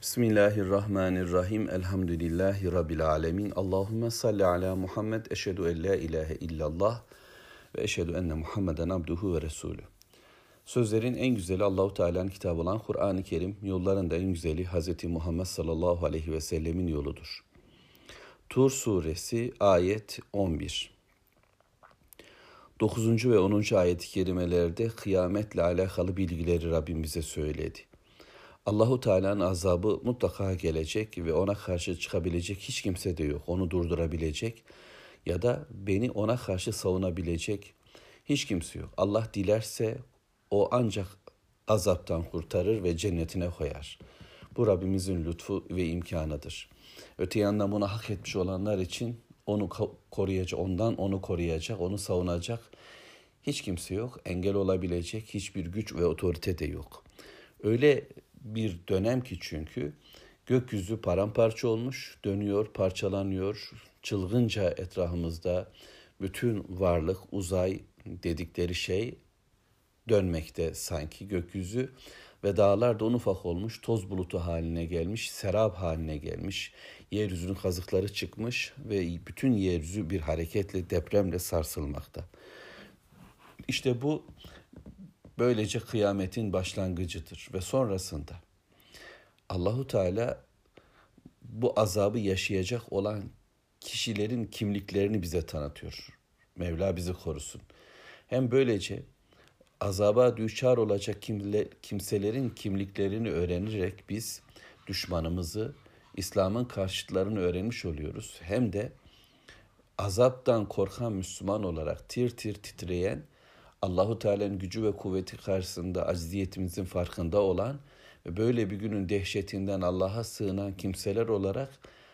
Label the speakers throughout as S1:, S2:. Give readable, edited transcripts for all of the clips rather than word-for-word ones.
S1: Bismillahirrahmanirrahim. Elhamdülillahi Rabbil alemin. Allahümme salli ala Muhammed. Eşhedü en la ilahe illallah ve eşhedü enne Muhammeden abduhu ve resulü. Sözlerin en güzeli Allahu Teala'nın kitabı olan Kur'an-ı Kerim, yolların da en güzeli Hz. Muhammed sallallahu aleyhi ve sellemin yoludur. Tur suresi ayet 11. 9. ve 10. ayet-i kerimelerde kıyametle alakalı bilgileri Rabbim bize söyledi. Allahu Teala'nın azabı mutlaka gelecek ve ona karşı çıkabilecek hiç kimse de yok. Onu durdurabilecek ya da beni ona karşı savunabilecek hiç kimse yok. Allah dilerse o ancak azaptan kurtarır ve cennetine koyar. Bu Rabbimizin lütfu ve imkanıdır. Öte yandan bunu hak etmiş olanlar için onu koruyacak, ondan onu koruyacak, onu savunacak hiç kimse yok. Engel olabilecek hiçbir güç ve otorite de yok. Öyle bir dönem ki çünkü gökyüzü paramparça olmuş, dönüyor, parçalanıyor. Çılgınca etrafımızda bütün varlık, uzay dedikleri şey dönmekte sanki gökyüzü ve dağlar da un ufak olmuş, toz bulutu haline gelmiş, serap haline gelmiş. Yeryüzünün kazıkları çıkmış ve bütün yeryüzü bir hareketle, depremle sarsılmakta. İşte bu böylece kıyametin başlangıcıdır ve sonrasında Allahu Teala bu azabı yaşayacak olan kişilerin kimliklerini bize tanıtıyor. Mevla bizi korusun. Hem böylece azaba düçar olacak kimselerin kimliklerini öğrenerek biz düşmanımızı, İslam'ın karşıtlarını öğrenmiş oluyoruz. Hem de azaptan korkan Müslüman olarak tir tir titreyen, Allahu Teala'nın gücü ve kuvveti karşısında acziyetimizin farkında olan ve böyle bir günün dehşetinden Allah'a sığınan kimseler olarak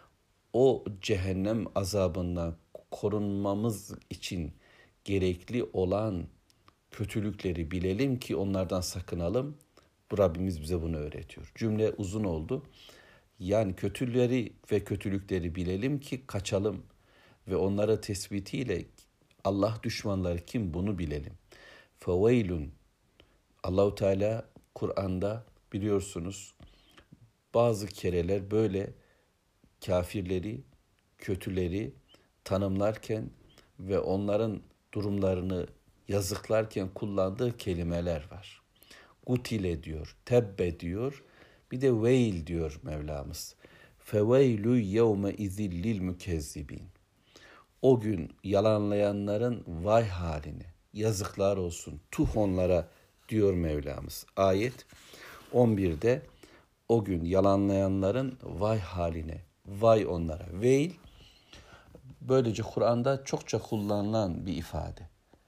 S1: o cehennem azabından korunmamız için gerekli olan kötülükleri bilelim ki onlardan sakınalım. Bu Rabbimiz bize bunu öğretiyor. Cümle uzun oldu. Yani kötüleri ve kötülükleri bilelim ki kaçalım ve onları tespitiyle Allah düşmanları kim bunu bilelim. Feveylun. Allahu Teala Kur'an'da biliyorsunuz bazı kereler böyle kafirleri, kötüleri tanımlarken ve onların durumlarını yazıklarken kullandığı kelimeler var. Gutile diyor, tebbe diyor, bir de veil diyor Mevlamız. Feveylu yevme izillil mükezzibin. O gün yalanlayanların vay haline, yazıklar olsun, tuh onlara diyor Mevlamız. Ayet 11'de o gün yalanlayanların vay haline, vay onlara. Veil, böylece Kur'an'da çokça kullanılan bir ifade.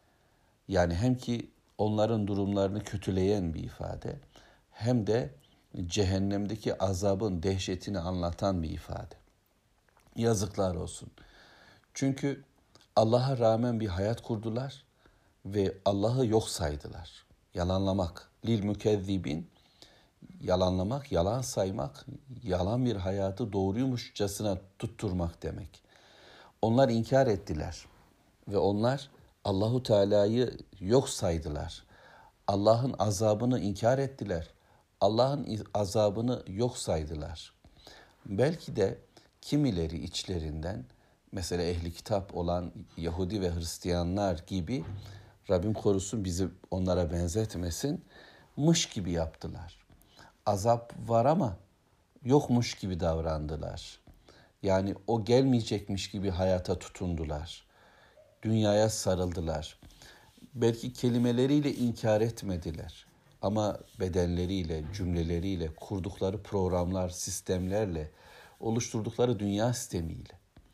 S1: Yani hem ki onların durumlarını kötüleyen bir ifade, hem de cehennemdeki azabın dehşetini anlatan bir ifade. Yazıklar olsun. Çünkü Allah'a rağmen bir hayat kurdular ve Allah'ı yok saydılar. Yalanlamak, lil mükezzibin, yalanlamak, yalan saymak, yalan bir hayatı doğruymuşçasına tutturmak demek. Onlar inkar ettiler ve onlar Allahu Teala'yı yok saydılar. Allah'ın azabını inkar ettiler. Allah'ın azabını yok saydılar. Belki de kimileri içlerinden, mesela ehli kitap olan Yahudi ve Hristiyanlar gibi, Rabbim korusun bizi onlara benzetmesin, mış gibi yaptılar. Azap var ama yokmuş gibi davrandılar. Yani o gelmeyecekmiş gibi hayata tutundular. Dünyaya sarıldılar. Belki kelimeleriyle inkar etmediler. Ama bedenleriyle, cümleleriyle, kurdukları programlar, sistemlerle, oluşturdukları dünya sistemiyle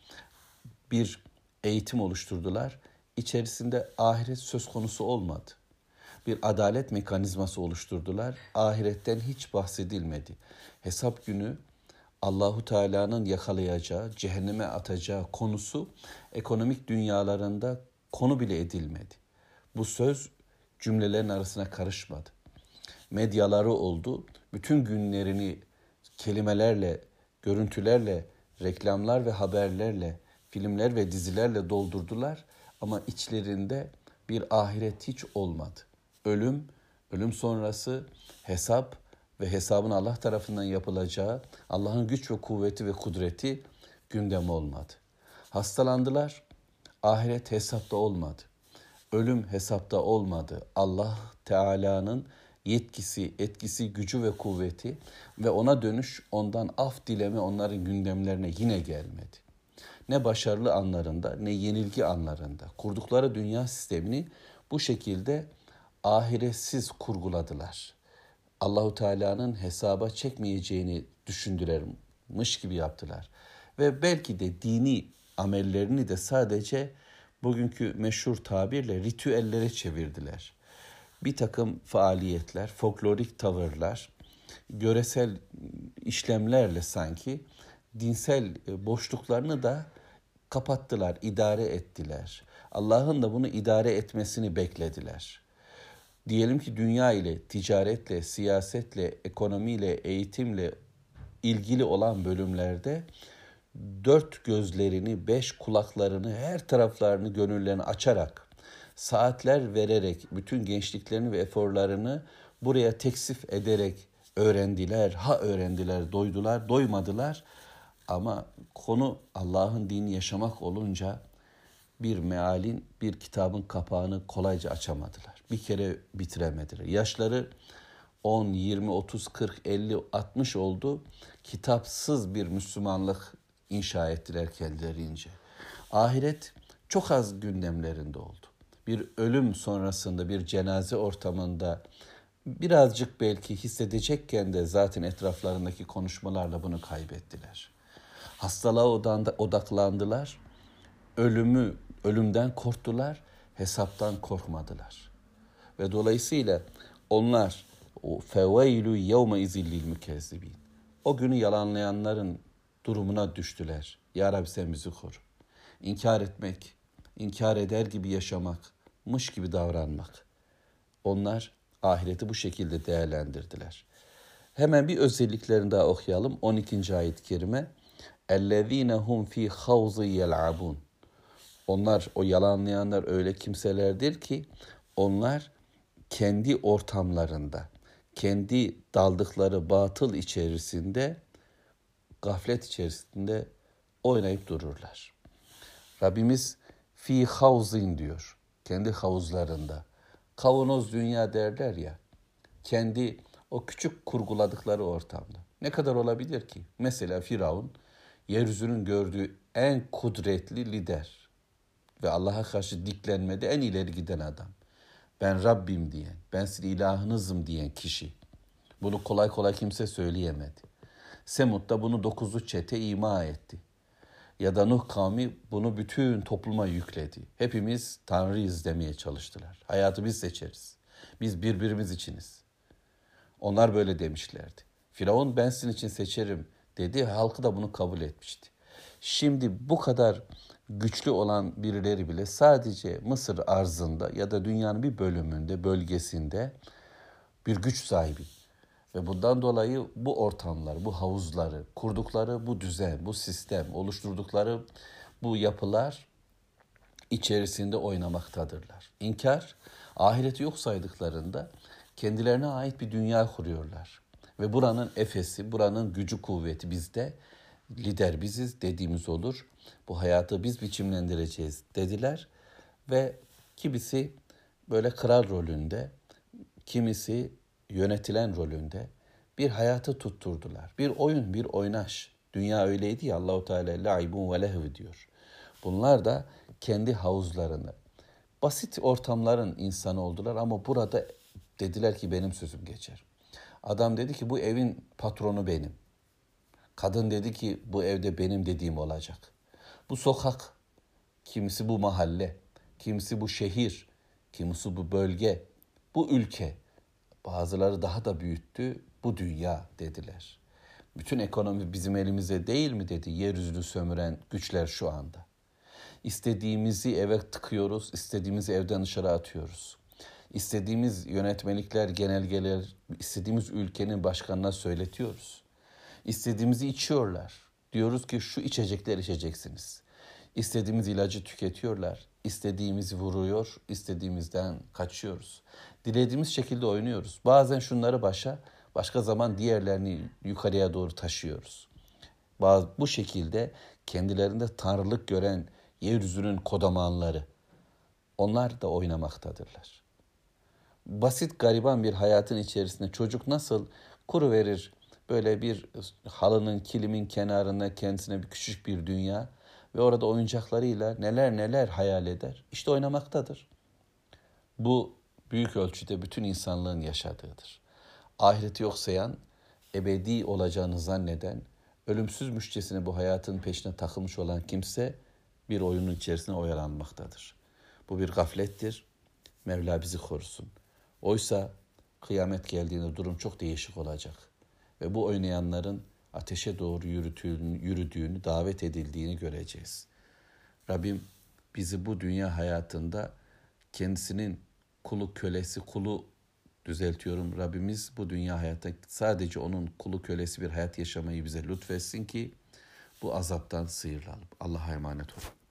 S1: bir eğitim oluşturdular. İçerisinde ahiret söz konusu olmadı. Bir adalet mekanizması oluşturdular. Ahiretten hiç bahsedilmedi. Hesap günü Allahu Teala'nın yakalayacağı, cehenneme atacağı konusu ekonomik dünyalarında konu bile edilmedi. Bu söz cümlelerin arasına karışmadı. Medyaları oldu. Bütün günlerini kelimelerle, görüntülerle, reklamlar ve haberlerle, filmler ve dizilerle doldurdular. Ama içlerinde bir ahiret hiç olmadı. Ölüm sonrası hesap ve hesabın Allah tarafından yapılacağı, Allah'ın güç ve kuvveti ve kudreti gündem olmadı. Hastalandılar, ahiret hesapta olmadı. Ölüm hesapta olmadı. Allah Teala'nın yetkisi, etkisi, gücü ve kuvveti ve ona dönüş, ondan af dileme onların gündemlerine yine gelmedi. Ne başarılı anlarında ne yenilgi anlarında kurdukları dünya sistemini bu şekilde ahiretsiz kurguladılar. Allahu Teala'nın hesaba çekmeyeceğini düşündülermiş gibi yaptılar. Ve belki de dini amellerini de sadece bugünkü meşhur tabirle ritüellere çevirdiler. Bir takım faaliyetler, folklorik tavırlar, göresel işlemlerle sanki dinsel boşluklarını da kapattılar, idare ettiler. Allah'ın da bunu idare etmesini beklediler. Diyelim ki dünya ile, ticaretle, siyasetle, ekonomiyle, eğitimle ilgili olan bölümlerde dört gözlerini, beş kulaklarını, her taraflarını, gönüllerini açarak, saatler vererek, bütün gençliklerini ve eforlarını buraya teksif ederek öğrendiler, öğrendiler, doydular, doymadılar. Ama konu Allah'ın dinini yaşamak olunca bir mealin, bir kitabın kapağını kolayca açamadılar. Bir kere bitiremediler. Yaşları 10, 20, 30, 40, 50, 60 oldu. Kitapsız bir Müslümanlık inşa ettiler kendilerince. Ahiret çok az gündemlerinde oldu. Bir ölüm sonrasında, bir cenaze ortamında birazcık belki hissedecekken de zaten etraflarındaki konuşmalarla bunu kaybettiler. Hastalığa odaklandılar. Ölümden korktular, hesaptan korkmadılar. Ve dolayısıyla onlar feveylu yevme izillil mükezzibin. O günü yalanlayanların durumuna düştüler. Ya Rabbi sen bizi koru. İnkar etmek, inkar eder gibi yaşamakmış gibi davranmak. Onlar ahireti bu şekilde değerlendirdiler. Hemen bir özelliklerini daha okuyalım. 12. ayet-i kerime. اَلَّذ۪ينَ هُمْ ف۪ي خَوْزِ يَلْعَبُونَ. Onlar, o yalanlayanlar öyle kimselerdir ki onlar kendi ortamlarında, kendi daldıkları batıl içerisinde, gaflet içerisinde oynayıp dururlar. Rabbimiz fi havzin diyor, kendi havuzlarında. Kavanoz dünya derler ya, kendi o küçük kurguladıkları ortamda. Ne kadar olabilir ki? Mesela Firavun, yeryüzünün gördüğü en kudretli lider ve Allah'a karşı diklenmede en ileri giden adam. Ben Rabbim diyen, ben sizin ilahınızım diyen kişi. Bunu kolay kolay kimse söyleyemedi. Semud da bunu 9'lu çete ima etti. Ya da Nuh kavmi bunu bütün topluma yükledi. Hepimiz Tanrıyız demeye çalıştılar. Hayatı biz seçeriz. Biz birbirimiz içiniz. Onlar böyle demişlerdi. Firavun ben sizin için seçerim dedi. Halkı da bunu kabul etmişti. Şimdi bu kadar güçlü olan birileri bile sadece Mısır arzında ya da dünyanın bir bölümünde, bölgesinde bir güç sahibi. Ve bundan dolayı bu ortamlar, bu havuzları, kurdukları bu düzen, bu sistem, oluşturdukları bu yapılar içerisinde oynamaktadırlar. İnkar, ahireti yok saydıklarında kendilerine ait bir dünya kuruyorlar. Ve buranın efesi, buranın gücü kuvveti bizde, lider biziz dediğimiz olur. Bu hayatı biz biçimlendireceğiz dediler. Ve kimisi böyle kral rolünde, kimisi yönetilen rolünde bir hayatı tutturdular. Bir oyun, bir oynaş. Dünya öyleydi ya, Allahu Teala laibun ve lehv diyor. Bunlar da kendi havuzlarını, basit ortamların insanı oldular ama burada dediler ki benim sözüm geçer. Adam dedi ki bu evin patronu benim. Kadın dedi ki bu evde benim dediğim olacak. Bu sokak, kimisi bu mahalle, kimisi bu şehir, kimisi bu bölge, bu ülke. Bazıları daha da büyüttü, bu dünya dediler. Bütün ekonomi bizim elimize değil mi dedi yeryüzünü sömüren güçler şu anda. İstediğimizi eve tıkıyoruz, istediğimizi evden dışarı atıyoruz. İstediğimiz yönetmelikler, genelgeler, istediğimiz ülkenin başkanına söyletiyoruz. İstediğimizi içiyorlar. Diyoruz ki şu içecekler içeceksiniz. İstediğimiz ilacı tüketiyorlar. İstediğimizi istediğimizden kaçıyoruz. Dilediğimiz şekilde oynuyoruz. Bazen şunları başa, Başka zaman diğerlerini yukarıya doğru taşıyoruz. Bu şekilde kendilerinde tanrılık gören yeryüzünün kodamanları, onlar da oynamaktadırlar. Basit gariban bir hayatın içerisinde çocuk nasıl kuru verir böyle bir halının, kilimin kenarında kendisine bir küçük bir dünya ve orada oyuncaklarıyla neler neler hayal eder. İşte oynamaktadır. Bu büyük ölçüde bütün insanlığın yaşadığıdır. Ahireti yok sayan, ebedi olacağını zanneden, ölümsüzmüşçesine bu hayatın peşine takılmış olan kimse bir oyunun içerisine oyalanmaktadır. Bu bir gaflettir. Mevla bizi korusun. Oysa kıyamet geldiğinde durum çok değişik olacak. Ve bu oynayanların ateşe doğru yürüdüğünü, davet edildiğini göreceğiz. Rabbim bizi bu dünya hayatında kendisinin Rabbimiz bu dünya hayatta sadece onun kulu kölesi bir hayat yaşamayı bize lütfetsin ki bu azaptan sıyrılalım. Allah'a emanet olun.